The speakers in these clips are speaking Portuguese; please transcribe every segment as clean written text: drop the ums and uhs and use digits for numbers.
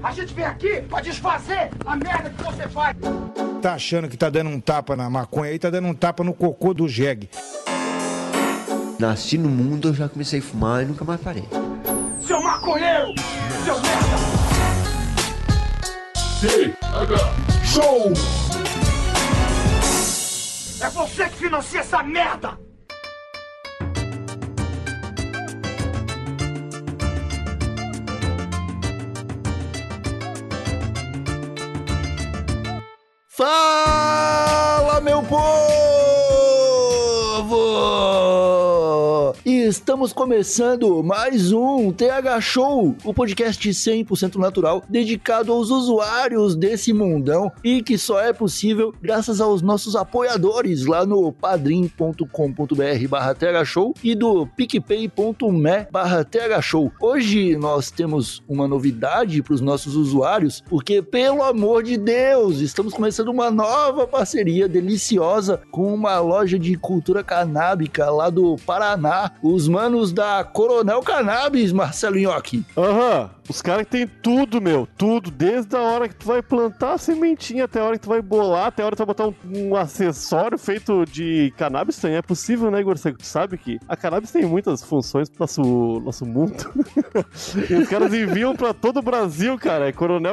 A gente vem aqui pra desfazer a merda que você faz. Tá achando que tá dando um tapa na maconha aí, tá dando um tapa no cocô do jegue. Nasci no mundo, eu já comecei a fumar e nunca mais parei. Seu maconheiro! Seu merda! Show! É você que financia essa merda! Fala, meu povo! Estamos começando mais um TH Show, o podcast 100% natural dedicado aos usuários desse mundão e que só é possível graças aos nossos apoiadores lá no padrim.com.br/thshow e do picpay.me/thshow. Hoje nós temos uma novidade para os nossos usuários, porque, pelo amor de Deus, estamos começando uma nova parceria deliciosa com uma loja de cultura canábica lá do Paraná, os manos da Coronel Cannabis, Marcelo Nhoque. Os caras que tem tudo, meu, tudo, desde a hora que tu vai plantar a sementinha até a hora que tu vai bolar, até a hora que tu vai botar um acessório feito de cannabis. Também é possível, né, Igor Seco? Tu sabe que a cannabis tem muitas funções pro nosso mundo. E os caras enviam pra todo o Brasil, cara. É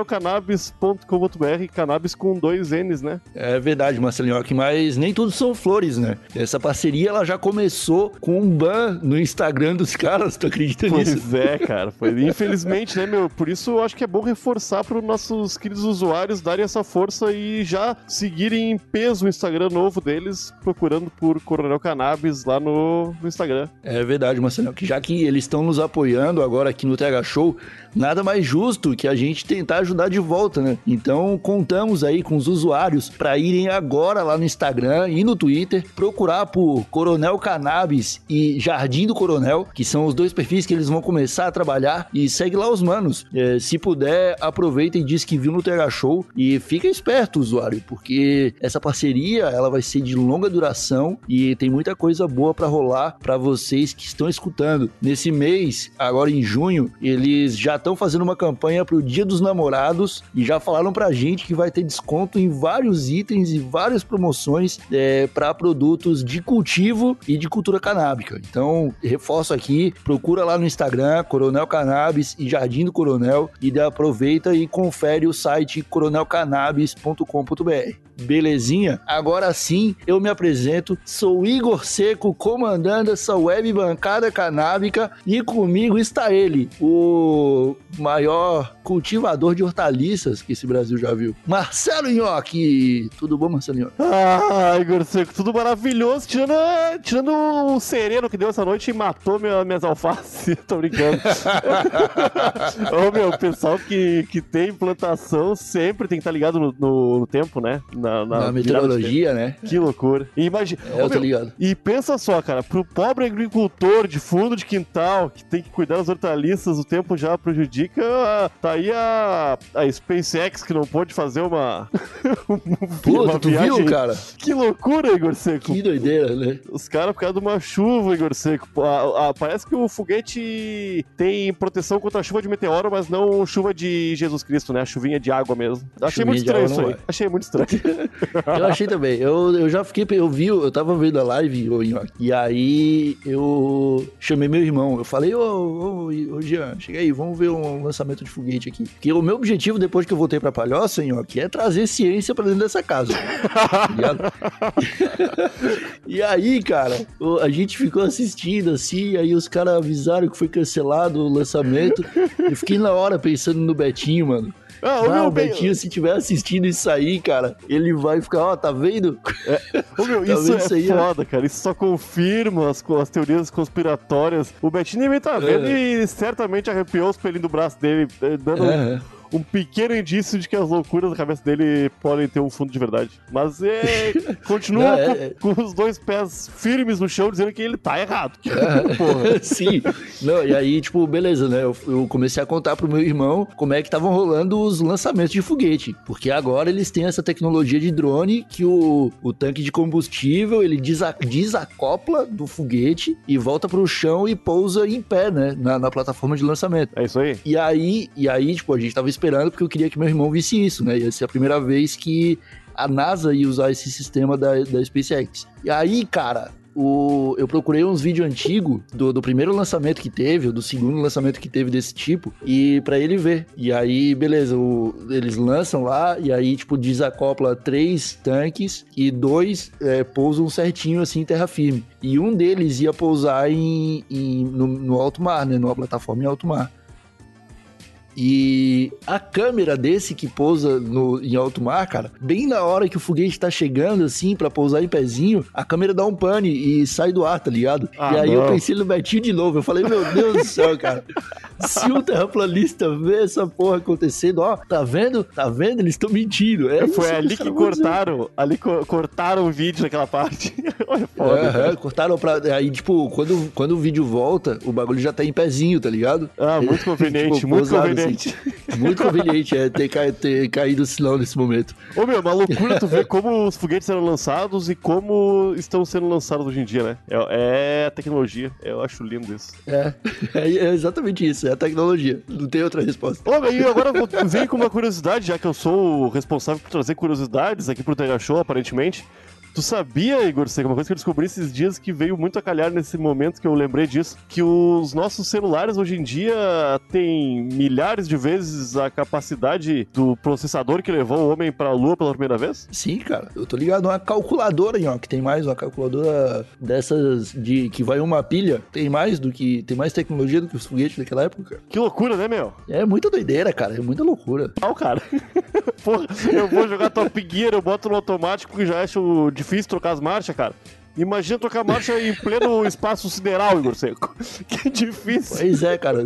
coronelcannabis.com.br, cannabis com 2 N's, né? É verdade, Marcelo Nhoque, mas nem tudo são flores, né? Essa parceria, ela já começou com um ban no Instagram dos caras, tu acredita nisso? Pois é, cara. Infelizmente, né, meu? Por isso eu acho que é bom reforçar para os nossos queridos usuários darem essa força e já seguirem em peso o Instagram novo deles, procurando por Coronel Cannabis lá no Instagram. É verdade, Marcelo, que já que eles estão nos apoiando agora aqui no TH Show, nada mais justo que a gente tentar ajudar de volta, né? Então contamos aí com os usuários para irem agora lá no Instagram e no Twitter procurar por Coronel Cannabis e Jardim do Coronel, que são os 2 perfis que eles vão começar a trabalhar, e segue lá os manos. Se puder, aproveita e diz que viu no TH Show e fica esperto, usuário, porque essa parceria ela vai ser de longa duração e tem muita coisa boa para rolar para vocês que estão escutando. Nesse mês, agora em junho, eles já estão fazendo uma campanha pro Dia dos Namorados e já falaram pra gente que vai ter desconto em vários itens e várias promoções para produtos de cultivo e de cultura canábica. Então, reforço aqui, procura lá no Instagram, Coronel Cannabis e Jardim do Coronel, e aproveita e confere o site coronelcannabis.com.br. Belezinha? Agora sim, eu me apresento, sou Igor Seco, comandando essa web bancada canábica, e comigo está ele, o maior cultivador de hortaliças que esse Brasil já viu, Marcelo Nhoque. Tudo bom, Marcelo Nhoque? Igor Seco, tudo maravilhoso, tirando o sereno que deu essa noite e matou minhas alfaces. Tô brincando. Meu, o pessoal que tem plantação sempre tem que estar ligado no tempo, né? Na meteorologia, né? Que loucura. E imagina. Eu tô ligado. E pensa só, cara, pro pobre agricultor de fundo de quintal que tem que cuidar das hortaliças, o tempo já prejudica. Tá aí a SpaceX que não pôde fazer uma tu viagem. Viu, cara? Que loucura, Igor Seco. Que doideira, né? Os caras, por causa de uma chuva, Igor Seco. Parece que o foguete tem proteção contra a chuva de meteoro, mas não chuva de Jesus Cristo, né? A chuvinha de água mesmo. Achei muito estranho isso aí. Achei muito estranho. Eu achei também. Eu já fiquei... Eu tava vendo a live, e aí eu chamei meu irmão. Eu falei, ô Jean, chega aí, vamos ver um lançamento de foguete aqui. Porque o meu objetivo, depois que eu voltei pra Palhoça, que é trazer ciência pra dentro dessa casa. E aí, cara, a gente ficou assistindo assim, aí os caras avisaram que foi cancelado o lançamento. Eu fiquei na hora pensando no Betinho, mano. O Betinho, se tiver assistindo isso aí, cara, ele vai ficar, tá vendo? Isso é foda, cara. Isso só confirma as teorias conspiratórias. O Betinho também tá vendo e certamente arrepiou os pelinhos do braço dele, dando um pequeno indício de que as loucuras da cabeça dele podem ter um fundo de verdade. Mas continua com os 2 pés firmes no chão, dizendo que ele tá errado. Porra. Sim. Não, e aí, tipo, beleza, né? Eu comecei a contar pro meu irmão como é que estavam rolando os lançamentos de foguete. Porque agora eles têm essa tecnologia de drone que o tanque de combustível, ele desacopla do foguete e volta pro chão e pousa em pé, né? Na plataforma de lançamento. É isso aí. E aí, tipo, a gente tava esperando porque eu queria que meu irmão visse isso, né? Ia ser a primeira vez que a NASA ia usar esse sistema da SpaceX. E aí, cara, eu procurei uns vídeos antigos do primeiro lançamento que teve, ou do segundo lançamento que teve desse tipo, e pra ele ver. E aí, beleza, eles lançam lá, e aí, tipo, desacopla 3 tanques e 2 pousam certinho, assim, em terra firme. E um deles ia pousar no alto mar, né, numa plataforma em alto mar. E a câmera desse que pousa em alto mar, cara, bem na hora que o foguete tá chegando, assim, pra pousar em pezinho, a câmera dá um pane e sai do ar, tá ligado? E aí eu pensei no Betinho de novo. Eu falei, meu Deus do céu, cara. Se um terraplanista vê essa porra acontecendo, ó, tá vendo? Tá vendo? Eles estão mentindo. Foi ali que cortaram. Ali cortaram o vídeo naquela parte. Olha, foda. Cortaram pra. Aí, tipo, quando o vídeo volta, o bagulho já tá em pezinho, tá ligado? Muito conveniente, tipo, muito conveniente. Assim, muito conveniente, ter caído o sinal nesse momento. Ô, meu, uma loucura tu ver como os foguetes eram lançados e como estão sendo lançados hoje em dia, né? É a tecnologia. Eu acho lindo isso. É exatamente isso. É a tecnologia. Não tem outra resposta. Ô, e agora vem com uma curiosidade, já que eu sou o responsável por trazer curiosidades aqui pro Tega Show, aparentemente. Tu sabia, Igor Seca, uma coisa que eu descobri esses dias que veio muito a calhar nesse momento que eu lembrei disso, que os nossos celulares hoje em dia têm milhares de vezes a capacidade do processador que levou o homem pra Lua pela primeira vez? Sim, cara. Eu tô ligado. Uma calculadora, ó, que tem mais, uma calculadora dessas que vai uma pilha, tem mais tecnologia do que os foguetes daquela época. Que loucura, né, meu? É muita doideira, cara. É muita loucura. Cara. Porra, eu vou jogar Top Gear, eu boto no automático que já acho difícil trocar as marchas, cara. Imagina trocar marcha em pleno espaço sideral, Igor Seco. Que difícil. Pois é, cara.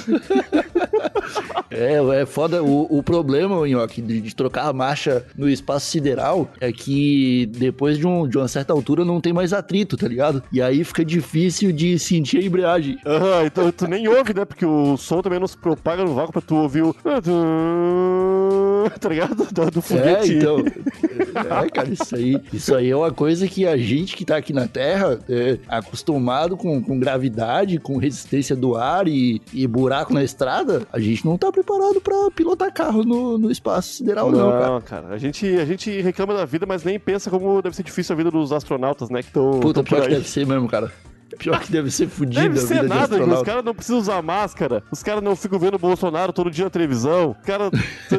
É foda. O problema, Nhoque, de trocar a marcha no espaço sideral é que depois de uma certa altura não tem mais atrito, tá ligado? E aí fica difícil de sentir a embreagem. Então tu nem ouve, né? Porque o som também não se propaga no vácuo pra tu ouvir o... Tá ligado? Do foguete. Então. Cara, isso aí é uma coisa que a gente que tá aqui na Terra, acostumado com gravidade, com resistência do ar e buraco na estrada, a gente não tá preparado pra pilotar carro no espaço sideral, não, cara. Não, cara. A gente reclama da vida, mas nem pensa como deve ser difícil a vida dos astronautas, né? Puta, pior que deve ser mesmo, cara. Pior que deve ser fudido a vida ser nada, de astronauta. Os caras não precisam usar máscara. Os caras não ficam vendo o Bolsonaro todo dia na televisão. Os caras...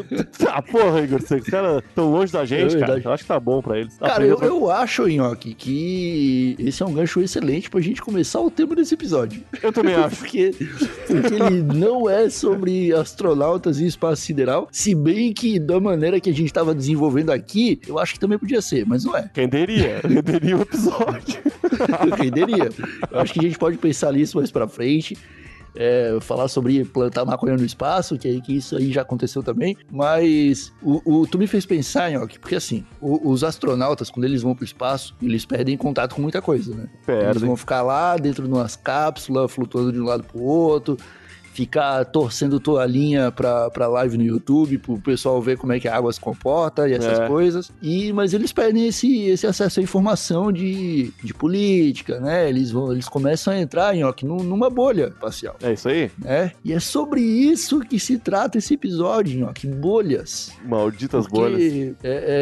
porra, Igor, os caras tão longe da gente, cara. Eu acho que tá bom pra eles. Cara, eu acho, Nhoque, que esse é um gancho excelente pra gente começar o tema desse episódio. Eu também acho. porque ele não é sobre astronautas e espaço sideral, se bem que da maneira que a gente tava desenvolvendo aqui, eu acho que também podia ser, mas não é. Renderia o episódio. Renderia. Eu acho que a gente pode pensar nisso mais pra frente. Falar sobre plantar maconha no espaço, que isso aí já aconteceu também. Mas tu me fez pensar, Nhoque, porque assim, os astronautas, quando eles vão pro espaço, eles perdem contato com muita coisa, né? Eles vão ficar lá dentro de umas cápsulas, flutuando de um lado pro outro, ficar torcendo toalhinha pra live no YouTube, pro pessoal ver como é que a água se comporta e essas coisas. Mas eles perdem esse acesso à informação de política, né? Eles começam a entrar, Nhoque, numa bolha espacial. É isso aí? E é sobre isso que se trata esse episódio, Nhoque, bolhas. Malditas bolhas.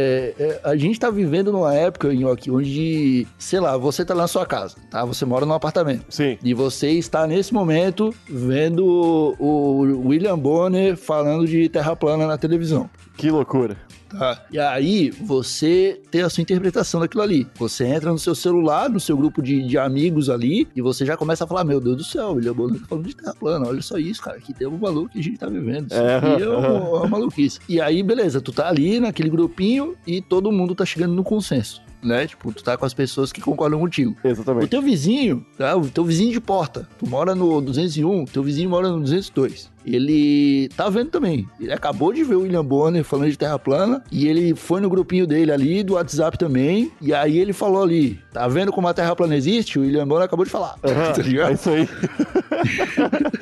A gente tá vivendo numa época, Nhoque, onde, sei lá, você tá na sua casa, tá? Você mora num apartamento. Sim. E você está, nesse momento, vendo o William Bonner falando de terra plana na televisão. Que loucura. Tá. E aí, você tem a sua interpretação daquilo ali. Você entra no seu celular, no seu grupo de amigos ali, e você já começa a falar, meu Deus do céu, William Bonner tá falando de terra plana, olha só isso, cara, que tem um maluco que a gente tá vivendo. Isso aqui é uma maluquice. E aí, beleza, tu tá ali naquele grupinho e todo mundo tá chegando no consenso, né? Tipo, tu tá com as pessoas que concordam contigo. Exatamente. O teu vizinho, tá? O teu vizinho de porta, tu mora no 201, teu vizinho mora no 202. Ele tá vendo também. Ele acabou de ver o William Bonner falando de terra plana e ele foi no grupinho dele ali, do WhatsApp também, e aí ele falou ali, tá vendo como a terra plana existe? O William Bonner acabou de falar. Tá ligado? É isso aí.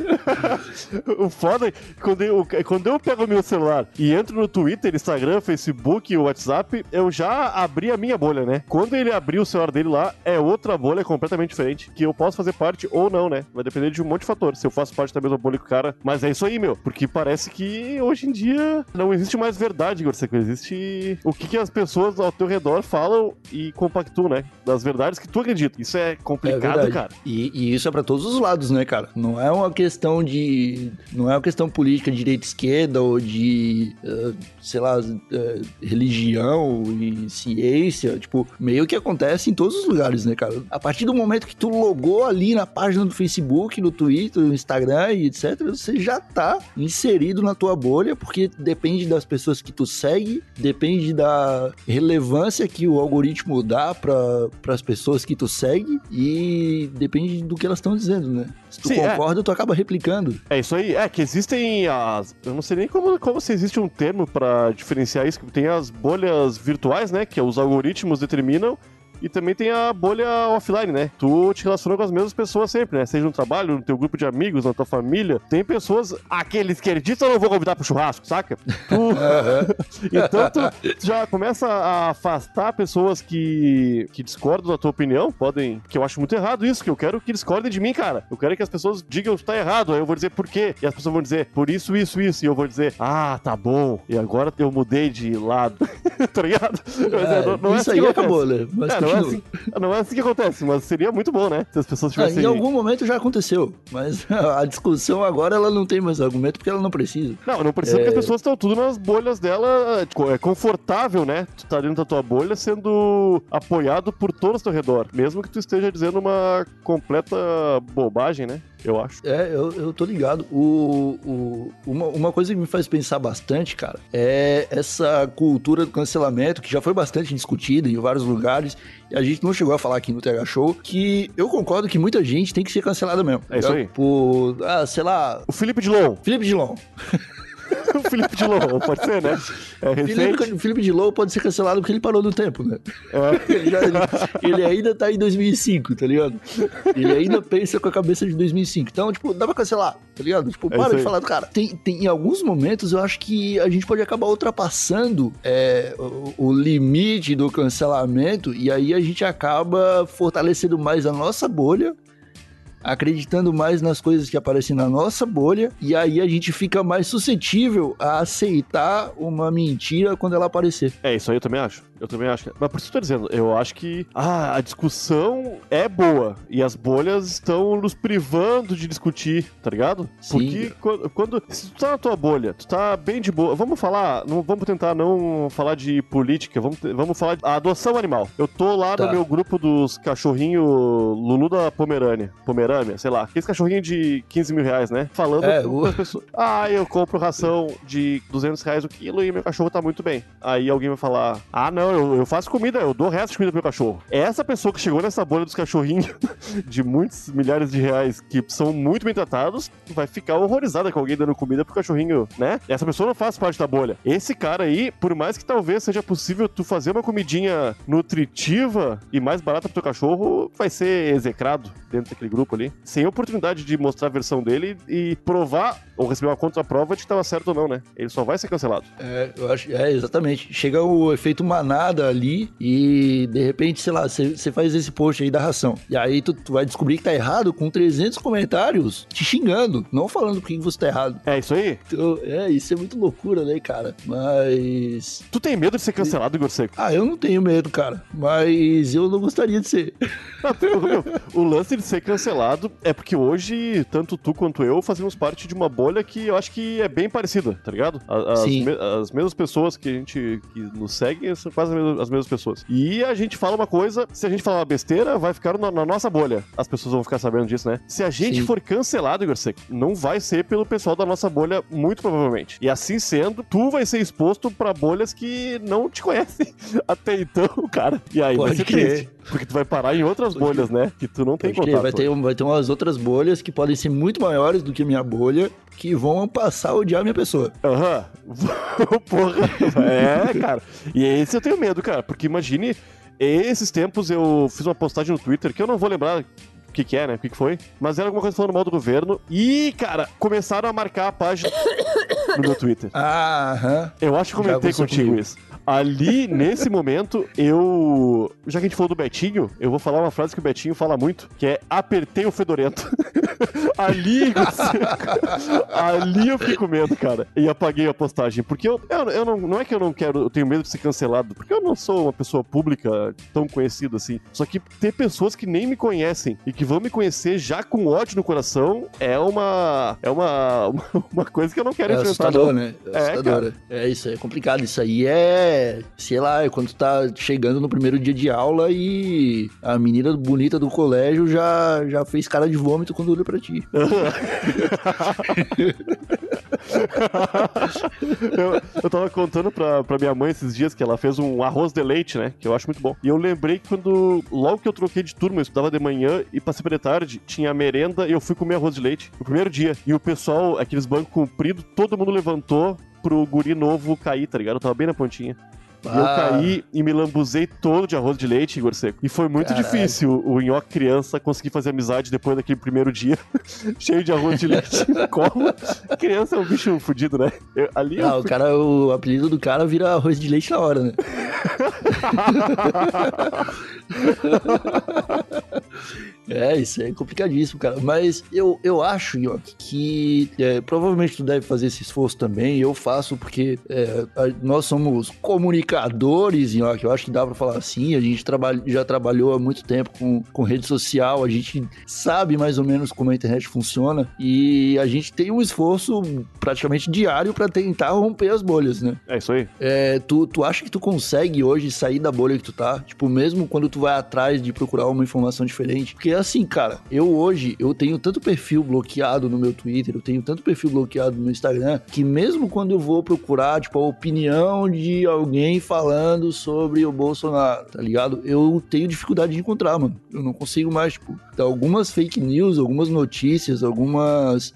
O foda é que quando eu pego o meu celular e entro no Twitter, Instagram, Facebook, WhatsApp, eu já abri a minha bolha, né? Quando ele abrir o celular dele lá, é outra bolha completamente diferente, que eu posso fazer parte ou não, né? Vai depender de um monte de fator. Se eu faço parte da mesma bolha que o cara. Mas é isso aí, meu. Porque parece que hoje em dia não existe mais verdade, Gorseco. Existe o que as pessoas ao teu redor falam e compactuam, né? Das verdades que tu acredita. Isso é complicado, cara. E isso é pra todos os lados, né, cara? Não é uma questão política de direita e esquerda ou de, sei lá, religião e ciência. Tipo, meio que acontece em todos os lugares, né, cara? A partir do momento que tu logou ali na página do Facebook, no Twitter, no Instagram e etc., você já tá inserido na tua bolha, porque depende das pessoas que tu segue, depende da relevância que o algoritmo dá para as pessoas que tu segue e depende do que elas estão dizendo, né? Se tu concorda, tu acaba replicando. É isso aí. É que existem as... Eu não sei nem como se existe um termo pra diferenciar isso. Tem as bolhas virtuais, né? Que os algoritmos determinam. E também tem a bolha offline, né? Tu te relaciona com as mesmas pessoas sempre, né? Seja no trabalho, no teu grupo de amigos, na tua família. Tem pessoas... Aquele esquerdista eu não vou convidar pro churrasco, saca? Então tu já começa a afastar pessoas que discordam da tua opinião. Que eu acho muito errado isso, que eu quero que discordem de mim, cara. Eu quero que as pessoas digam que tá errado. Aí eu vou dizer por quê. E as pessoas vão dizer por isso. E eu vou dizer, tá bom. E agora eu mudei de lado. Tá ligado? Não isso aí acabou, né? Mas não é assim que acontece, mas seria muito bom, né? Se as pessoas tivessem... Em algum momento já aconteceu, mas a discussão agora ela não tem mais argumento porque ela não precisa. Não precisa porque as pessoas estão tudo nas bolhas dela. É confortável, né? Tu tá dentro da tua bolha sendo apoiado por todos ao teu redor, mesmo que tu esteja dizendo uma completa bobagem, né? Eu acho. Eu tô ligado. Uma coisa que me faz pensar bastante, cara, é essa cultura do cancelamento, que já foi bastante discutida em vários lugares, e a gente não chegou a falar aqui no TH Show, que eu concordo que muita gente tem que ser cancelada mesmo. É isso aí. Por, sei lá... O Felipe Dilon. O Felipe Dilon, pode ser, né? O Felipe Dilon pode ser cancelado porque ele parou no tempo, né? Ele ainda tá em 2005, tá ligado? Ele ainda pensa com a cabeça de 2005. Então, tipo, dá pra cancelar, tá ligado? Tipo, para de falar do cara. Em alguns momentos, eu acho que a gente pode acabar ultrapassando o limite do cancelamento e aí a gente acaba fortalecendo mais a nossa bolha, acreditando mais nas coisas que aparecem na nossa bolha, e aí a gente fica mais suscetível a aceitar uma mentira quando ela aparecer. Isso aí eu também acho. Mas por isso que eu tô dizendo, eu acho que a discussão é boa e as bolhas estão nos privando de discutir, tá ligado? Sim. Porque se tu tá na tua bolha, tu tá bem de boa. Vamos tentar não falar de política, vamos falar de adoção animal. Eu tô lá no meu grupo dos cachorrinhos Lulu da Pomerânia, sei lá, aqueles cachorrinhos de 15 mil reais, né? Falando com as pessoas. Eu compro ração de 200 reais o quilo e meu cachorro tá muito bem. Aí alguém vai falar, não, eu faço comida, eu dou o resto de comida pro meu cachorro. Essa pessoa que chegou nessa bolha dos cachorrinhos de muitos milhares de reais que são muito bem tratados, vai ficar horrorizada com alguém dando comida pro cachorrinho, né? Essa pessoa não faz parte da bolha. Esse cara aí, por mais que talvez seja possível tu fazer uma comidinha nutritiva e mais barata pro teu cachorro, vai ser execrado dentro daquele grupo ali, sem oportunidade de mostrar a versão dele e provar ou receber uma contraprova de que tava certo ou não, né? Ele só vai ser cancelado. Eu acho, exatamente. Chega o efeito manada ali e de repente, sei lá, você faz esse post aí da ração. E aí tu vai descobrir que tá errado com 300 comentários te xingando, não falando por que você tá errado. É isso aí? Então, isso é muito loucura, né, cara? Mas... Tu tem medo de ser cancelado, Igor Seco? Eu não tenho medo, cara. Mas eu não gostaria de ser. O lance de ser cancelado é porque hoje, tanto tu quanto eu fazemos parte de uma bolha que eu acho que é bem parecida, tá ligado? As mesmas pessoas que nos seguem são quase as mesmas pessoas. E a gente fala uma coisa, se a gente falar uma besteira, vai ficar na nossa bolha. As pessoas vão ficar sabendo disso, né? Se a gente for cancelado, Igor Seco, não vai ser pelo pessoal da nossa bolha, muito provavelmente. E assim sendo, tu vai ser exposto pra bolhas que não te conhecem até então, cara. E aí vai ser triste. Porque tu vai parar em outras bolhas, né? Que tu não tem contato. Vai ter umas outras bolhas que podem ser muito maiores do que a minha bolha, que vão passar a odiar a minha pessoa. Porra. Cara. E esse eu tenho medo, cara. Porque imagine, esses tempos eu fiz uma postagem no Twitter, que eu não vou lembrar que é, né? O que foi. Mas era alguma coisa falando mal do governo. E, cara, começaram a marcar a página no meu Twitter. Eu acho que comentei contigo isso. Ali, nesse momento, já que a gente falou do Betinho, eu vou falar uma frase que o Betinho fala muito, que é apertei o fedorento. Ali eu fiquei com medo, cara. E apaguei a postagem. Porque não é que eu não quero, eu tenho medo de ser cancelado, porque eu não sou uma pessoa pública tão conhecida assim. Só que ter pessoas que nem me conhecem e que vão me conhecer já com ódio no coração é uma coisa que eu não quero enfrentar. Assustador, né? Assustador. Isso aí é complicado. Isso aí sei lá, é quando tu tá chegando no primeiro dia de aula e a menina bonita do colégio já fez cara de vômito quando olhou pra ti. Eu tava contando pra minha mãe esses dias que ela fez um arroz de leite, né? Que eu acho muito bom. E eu lembrei que logo que eu troquei de turma, eu estudava de manhã e passei pra de tarde, tinha a merenda e eu fui comer arroz de leite no primeiro dia. E o pessoal, aqueles bancos compridos, todo mundo levantou pro guri novo cair, tá ligado? Eu tava bem na pontinha. E eu caí e me lambuzei todo de arroz de leite, Igor Seco. E foi muito difícil o Nhoque criança conseguir fazer amizade depois daquele primeiro dia cheio de arroz de leite. Como? Criança é um bicho fudido, né? O apelido do cara vira arroz de leite na hora, né? Isso é complicadíssimo, cara. Mas eu acho, Nhoque, que provavelmente tu deve fazer esse esforço também. Eu faço porque nós somos comunicadores, Nhoque. Eu acho que dá pra falar assim. A gente já trabalhou há muito tempo com rede social. A gente sabe mais ou menos como a internet funciona. E a gente tem um esforço praticamente diário pra tentar romper as bolhas, né? É isso aí. Tu acha que tu consegue hoje sair da bolha que tu tá? Tipo, mesmo quando tu vai atrás de procurar uma informação diferente? Porque assim, cara, eu tenho tanto perfil bloqueado no meu Twitter, eu tenho tanto perfil bloqueado no Instagram, que mesmo quando eu vou procurar, tipo, a opinião de alguém falando sobre o Bolsonaro, tá ligado? Eu tenho dificuldade de encontrar, mano. Eu não consigo mais, tipo, algumas fake news, algumas notícias, alguns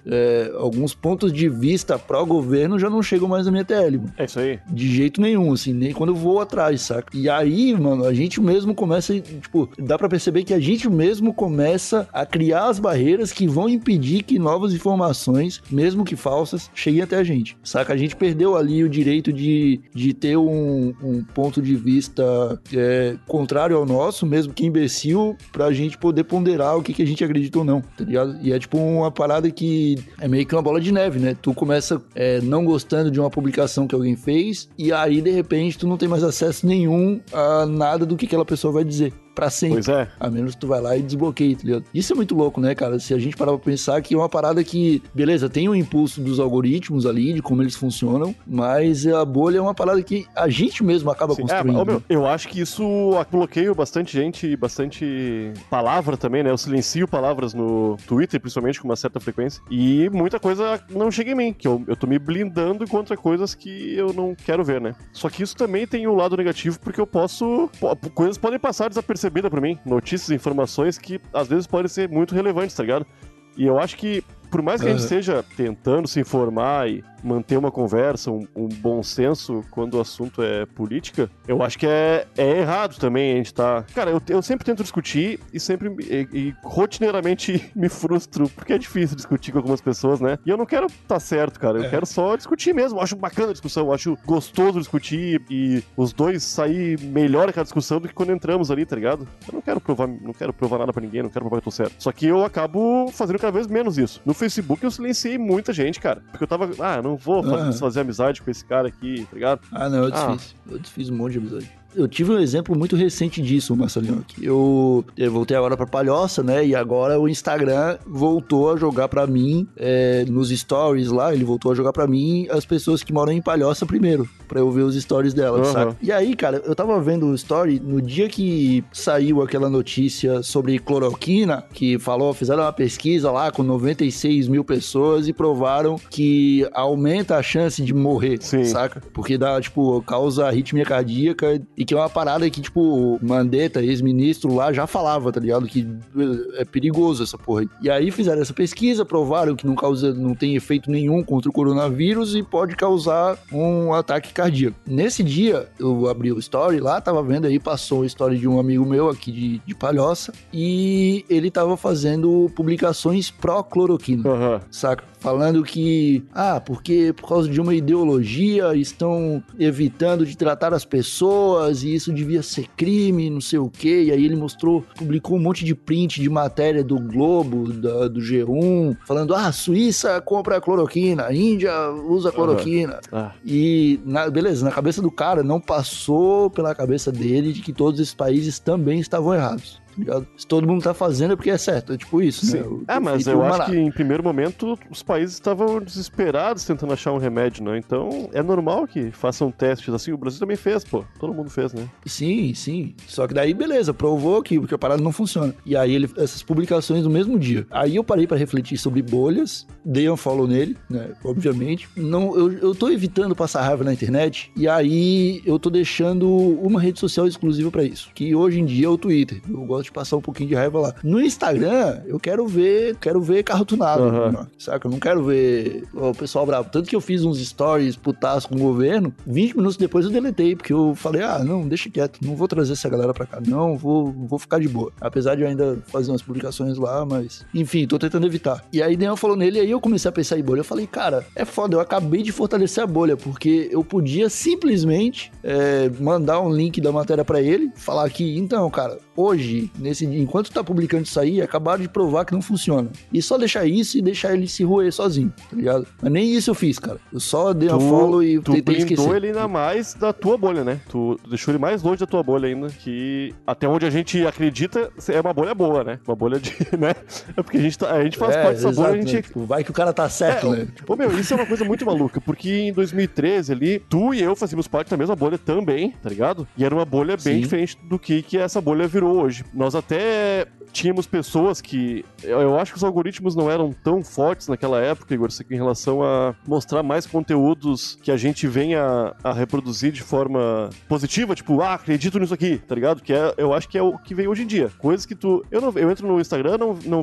pontos de vista pró-governo já não chegam mais na minha TL, mano. É isso aí. De jeito nenhum, assim, nem quando eu vou atrás, saca? E aí, mano, a gente mesmo começa, tipo, dá pra perceber que a gente mesmo começa a criar as barreiras que vão impedir que novas informações, mesmo que falsas, cheguem até a gente, saca? A gente perdeu ali o direito de ter um ponto de vista contrário ao nosso, mesmo que imbecil, pra gente poder ponderar o que a gente acredita ou não, tá ligado? E é tipo uma parada que é meio que uma bola de neve, né? Tu começa não gostando de uma publicação que alguém fez, e aí, de repente, tu não tem mais acesso nenhum a nada do que aquela pessoa vai dizer. Pra sempre. Pois é. A menos que tu vai lá e desbloqueie, tá ligado? Isso é muito louco, né, cara? Se a gente parar pra pensar que é uma parada que, beleza, tem o impulso dos algoritmos ali, de como eles funcionam, mas a bolha é uma parada que a gente mesmo acaba construindo. Eu acho que isso bloqueia bastante gente, bastante palavra também, né? Eu silencio palavras no Twitter, principalmente, com uma certa frequência, e muita coisa não chega em mim, que eu tô me blindando contra coisas que eu não quero ver, né? Só que isso também tem um lado negativo, porque coisas podem passar desapercebidas pra mim, notícias e informações que às vezes podem ser muito relevantes, tá ligado? E eu acho que, por mais que a gente esteja tentando se informar e manter uma conversa, um bom senso quando o assunto é política, eu acho que é errado também a gente tá... Cara, eu sempre tento discutir e sempre rotineiramente me frustro, porque é difícil discutir com algumas pessoas, né? E eu não quero tá certo, cara. Eu quero só discutir mesmo. Eu acho bacana a discussão, eu acho gostoso discutir e os dois sair melhor aquela discussão do que quando entramos ali, tá ligado? Eu não quero provar nada pra ninguém, não quero provar que eu tô certo. Só que eu acabo fazendo cada vez menos isso. No Facebook eu silenciei muita gente, cara. Porque eu tava... não vou fazer amizade com esse cara aqui, tá ligado? Não, eu desfiz. Eu desfiz um monte de amizade. Eu tive um exemplo muito recente disso, Marcelinho. Eu voltei agora pra Palhoça, né? E agora o Instagram voltou a jogar pra mim, nos stories lá, ele voltou a jogar pra mim as pessoas que moram em Palhoça primeiro, pra eu ver os stories delas, sabe? E aí, cara, eu tava vendo o story no dia que saiu aquela notícia sobre cloroquina, que fizeram uma pesquisa lá com 96 mil pessoas e provaram que aumenta a chance de morrer, saca? Porque causa arritmia cardíaca E que é uma parada que, tipo, Mandetta, ex-ministro lá, já falava, tá ligado? Que é perigoso essa porra aí. E aí fizeram essa pesquisa, provaram que não tem efeito nenhum contra o coronavírus e pode causar um ataque cardíaco. Nesse dia, eu abri o story lá, tava vendo aí, passou a história de um amigo meu aqui de Palhoça, e ele tava fazendo publicações pró-cloroquina, saca? Falando que, porque por causa de uma ideologia estão evitando de tratar as pessoas e isso devia ser crime, não sei o quê. E aí ele publicou um monte de print de matéria do Globo, do G1, falando, Suíça compra cloroquina, Índia usa cloroquina. E, beleza, na cabeça do cara não passou pela cabeça dele de que todos esses países também estavam errados. Se todo mundo tá fazendo é porque é certo, é tipo isso, sim, né? Mas eu acho que em primeiro momento os países estavam desesperados tentando achar um remédio, né? Então é normal que façam testes assim. O Brasil também fez, pô. Todo mundo fez, né? Sim. Só que daí, beleza, provou que a parada não funciona. E aí essas publicações no mesmo dia. Aí eu parei pra refletir sobre bolhas, dei um follow nele, né? Obviamente. Não, eu tô evitando passar raiva na internet, e aí eu tô deixando uma rede social exclusiva pra isso, que hoje em dia é o Twitter. Eu gosto de passar um pouquinho de raiva lá. No Instagram, eu quero ver carro tunado, saca? Eu não quero ver o pessoal bravo. Tanto que eu fiz uns stories putaço com o governo, 20 minutos depois eu deletei, porque eu falei, não, deixa quieto, não vou trazer essa galera pra cá, não, vou ficar de boa. Apesar de eu ainda fazer umas publicações lá, mas, enfim, tô tentando evitar. E aí, Daniel falou nele, e aí eu comecei a pensar em bolha. Eu falei, cara, é foda, eu acabei de fortalecer a bolha, porque eu podia simplesmente mandar um link da matéria pra ele, falar que, então, cara, hoje, enquanto tá publicando isso aí, acabaram de provar que não funciona. E só deixar isso e deixar ele se roer sozinho, tá ligado? Mas nem isso eu fiz, cara. Eu só dei uma follow e tentei esquecer. Tu blindou ele ainda mais da tua bolha, né? Tu deixou ele mais longe da tua bolha ainda, que até onde a gente acredita é uma bolha boa, né? Uma bolha de, né? É porque a gente faz parte dessa bolha, a gente... Né? Tipo, vai que o cara tá certo, né? Pô, meu, isso é uma coisa muito maluca, porque em 2013 ali, tu e eu fazíamos parte da mesma bolha também, tá ligado? E era uma bolha bem diferente do que essa bolha virou hoje. Nós até tínhamos pessoas que... Eu acho que os algoritmos não eram tão fortes naquela época, Igor, em relação a mostrar mais conteúdos que a gente venha a reproduzir de forma positiva, tipo, acredito nisso aqui, tá ligado? Que eu acho que é o que vem hoje em dia. Coisas que eu entro no Instagram,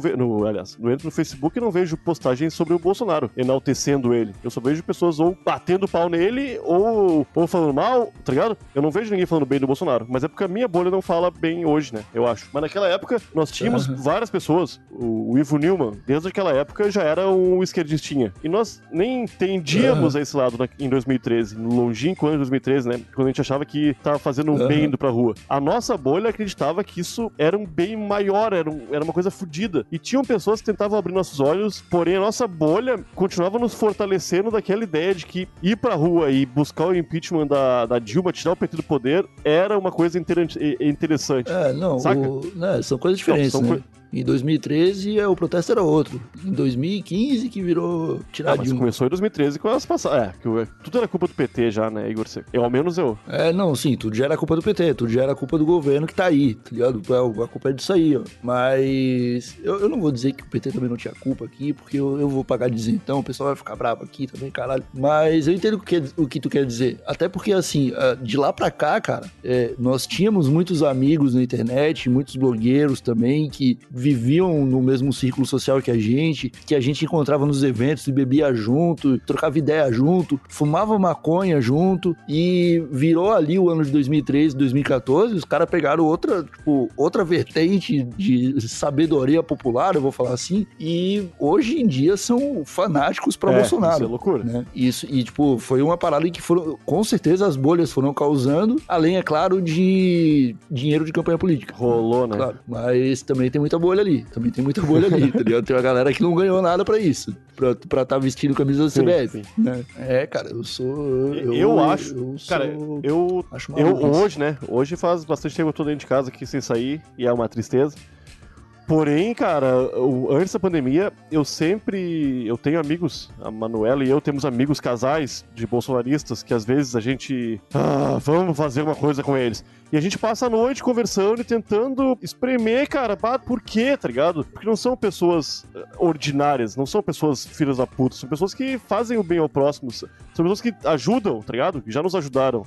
eu entro no Facebook e não vejo postagens sobre o Bolsonaro, enaltecendo ele. Eu só vejo pessoas ou batendo pau nele, ou falando mal, tá ligado? Eu não vejo ninguém falando bem do Bolsonaro, mas é porque a minha bolha não fala bem hoje, né? Eu acho. Mas naquela época, nós tínhamos várias pessoas. O Ivo Newman, desde aquela época, já era um esquerdistinha. E nós nem tendíamos a esse lado em 2013, no longínquo ano de 2013, né? Quando a gente achava que tava fazendo um bem indo pra rua. A nossa bolha acreditava que isso era um bem maior, era uma coisa fodida. E tinham pessoas que tentavam abrir nossos olhos, porém a nossa bolha continuava nos fortalecendo daquela ideia de que ir pra rua e buscar o impeachment da Dilma, tirar o PT do poder, era uma coisa interessante. São coisas diferentes, né? Em 2013 o protesto era outro. Em 2015 que virou tirar mas Dilma. Começou em 2013 com as passadas. Tudo era culpa do PT já, né, Igor? Ao menos eu. Tudo já era culpa do PT, tudo já era culpa do governo que tá aí, tá ligado? A culpa é disso aí, ó. Mas eu não vou dizer que o PT também não tinha culpa aqui, porque eu vou pagar de isentão, o pessoal vai ficar bravo aqui também, caralho. Mas eu entendo o que tu quer dizer. Até porque, assim, de lá pra cá, cara, nós tínhamos muitos amigos na internet, muitos blogueiros também, que viviam no mesmo círculo social que a gente encontrava nos eventos e bebia junto, trocava ideia junto, fumava maconha junto, e virou ali o ano de 2013, 2014, os caras pegaram outra vertente de sabedoria popular, eu vou falar assim, e hoje em dia são fanáticos pra Bolsonaro. Isso é loucura. Né? Foi uma parada que com certeza as bolhas foram causando, além, é claro, de dinheiro de campanha política. Rolou, né? Claro, mas também tem muita bolha ali, tá ligado? Tem uma galera que não ganhou nada pra isso, pra tá vestindo camisa da CBF, né? Cara, eu acho hoje, né? Hoje faz bastante tempo que eu tô dentro de casa aqui sem sair, e é uma tristeza. Porém, cara, antes da pandemia, eu tenho amigos, a Manuela e eu temos amigos casais de bolsonaristas que às vezes a gente, vamos fazer uma coisa com eles. E a gente passa a noite conversando e tentando espremer, cara, por quê, tá ligado? Porque não são pessoas ordinárias, não são pessoas filhas da puta, são pessoas que fazem o bem ao próximo, são pessoas que ajudam, tá ligado? Que já nos ajudaram.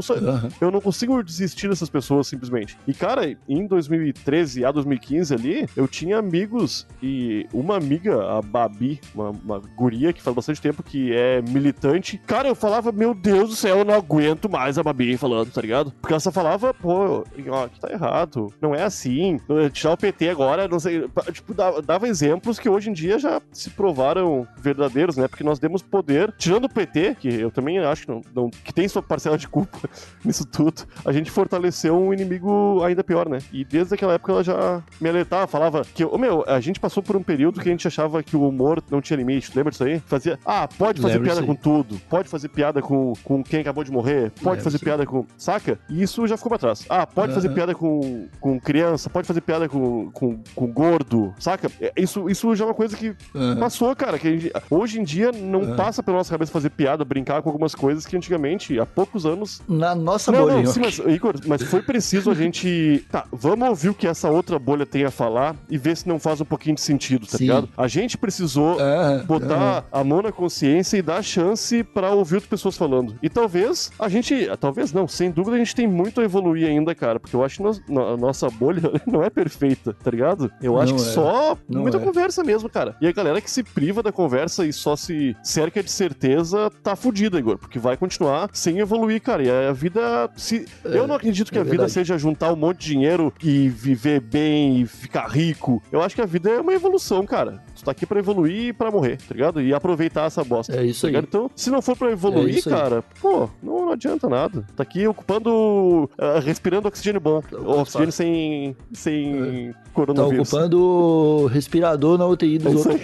Eu não consigo desistir dessas pessoas, simplesmente. E, cara, em 2013 a 2015 ali, eu tinha amigos e uma amiga, a Babi, uma guria que faz bastante tempo que é militante. Cara, eu falava, meu Deus do céu, eu não aguento mais a Babi falando, tá ligado? Porque ela só falava, pô, que tá errado, não é assim, tirar o PT agora, não sei, tipo, dava exemplos que hoje em dia já se provaram verdadeiros, né, porque nós demos poder, tirando o PT, que eu também acho que tem sua parcela de culpa nisso tudo, a gente fortaleceu um inimigo ainda pior, né, e desde aquela época ela já me alertava, falava que, a gente passou por um período que a gente achava que o humor não tinha limite, lembra disso aí? Pode fazer piada com tudo, pode fazer piada com quem acabou de morrer, pode fazer piada com, saca? E isso já ficou pra trás. Pode fazer piada com criança, pode fazer piada com gordo, saca? Isso já é uma coisa que passou, cara, que hoje em dia não passa pela nossa cabeça fazer piada, brincar com algumas coisas que antigamente, há poucos anos... Na nossa bolha. Sim, mas, Igor, foi preciso a gente... Tá, vamos ouvir o que essa outra bolha tem a falar e ver se não faz um pouquinho de sentido, tá ligado? A gente precisou botar a mão na consciência e dar chance pra ouvir outras pessoas falando. E talvez não, sem dúvida a gente tem muito a evoluir ainda, cara, porque eu acho que a nossa bolha não é perfeita, tá ligado? Eu acho que só muita conversa mesmo, cara. E a galera que se priva da conversa e só se cerca de certeza tá fudida, Igor, porque vai continuar sem evoluir, cara. E a vida... Eu não acredito que a vida seja juntar um monte de dinheiro e viver bem e ficar rico. Eu acho que a vida é uma evolução, cara. Tu tá aqui pra evoluir e pra morrer, tá ligado? E aproveitar essa bosta. É isso aí. Então, se não for pra evoluir, cara, pô, não adianta nada. Tá aqui ocupando, respirando oxigênio bom. Oxigênio sem coronavírus. Tá ocupando o respirador na UTI dos outros.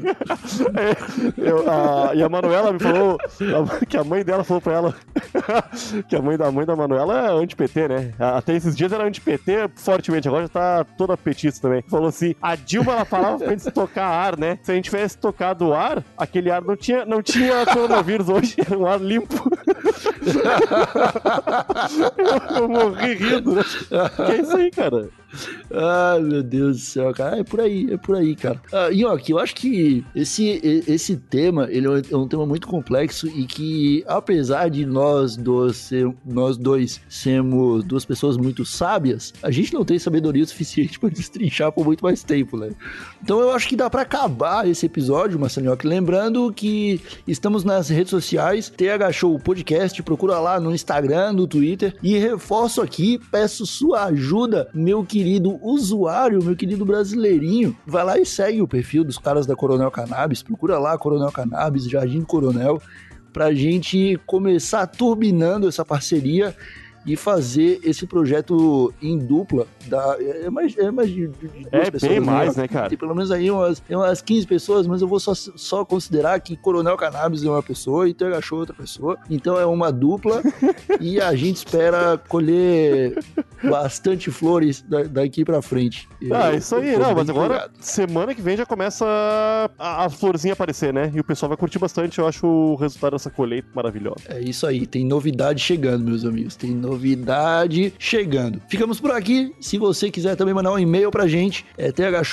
E a Manuela me falou que a mãe dela falou pra ela que a mãe da Manuela é anti-PT, né? Até esses dias era anti-PT fortemente, agora já tá toda petista também. Falou assim, a Dilma, ela falava pra gente tocar ar, né? Se a gente tivesse tocado ar, aquele ar não tinha coronavírus hoje, era um ar limpo. eu morri rindo, né? Que é isso aí, cara. Ai, meu Deus do céu, cara. É por aí, cara. Nhoque, eu acho que esse tema, ele é um tema muito complexo e que, apesar de nós dois sermos duas pessoas muito sábias, a gente não tem sabedoria suficiente para destrinchar por muito mais tempo, né? Então eu acho que dá para acabar esse episódio, Marcelo Nhoque, lembrando que estamos nas redes sociais, TH Show Podcast, procura lá no Instagram, no Twitter, e reforço aqui, peço sua ajuda, meu querido usuário, meu querido brasileirinho, vai lá e segue o perfil dos caras da Coronel Cannabis, procura lá Coronel Cannabis, Jardim Coronel, pra gente começar turbinando essa parceria e fazer esse projeto em dupla. É mais de duas pessoas. É bem mais, né, cara? Tem pelo menos aí umas 15 pessoas, mas eu vou só considerar que Coronel Cannabis é uma pessoa e TH Show é outra pessoa. Então é uma dupla e a gente espera colher bastante flores daqui pra frente. Isso aí. Não, mas agora, semana que vem já começa a florzinha aparecer, né? E o pessoal vai curtir bastante. Eu acho o resultado dessa colheita maravilhosa. É isso aí. Tem novidade chegando, meus amigos. Tem novidade chegando. Ficamos por aqui. Se você quiser também mandar um e-mail pra gente, é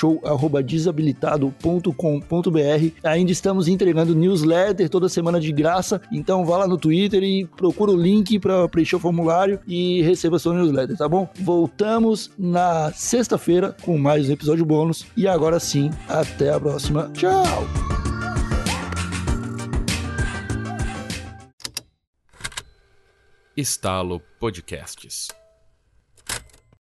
thshow@desabilitado.com.br. Ainda estamos entregando newsletter toda semana de graça, então vá lá no Twitter e procura o link pra preencher o formulário e receba sua newsletter, tá bom? Voltamos na sexta-feira com mais um episódio bônus e agora sim, até a próxima. Tchau! Estalo Podcasts.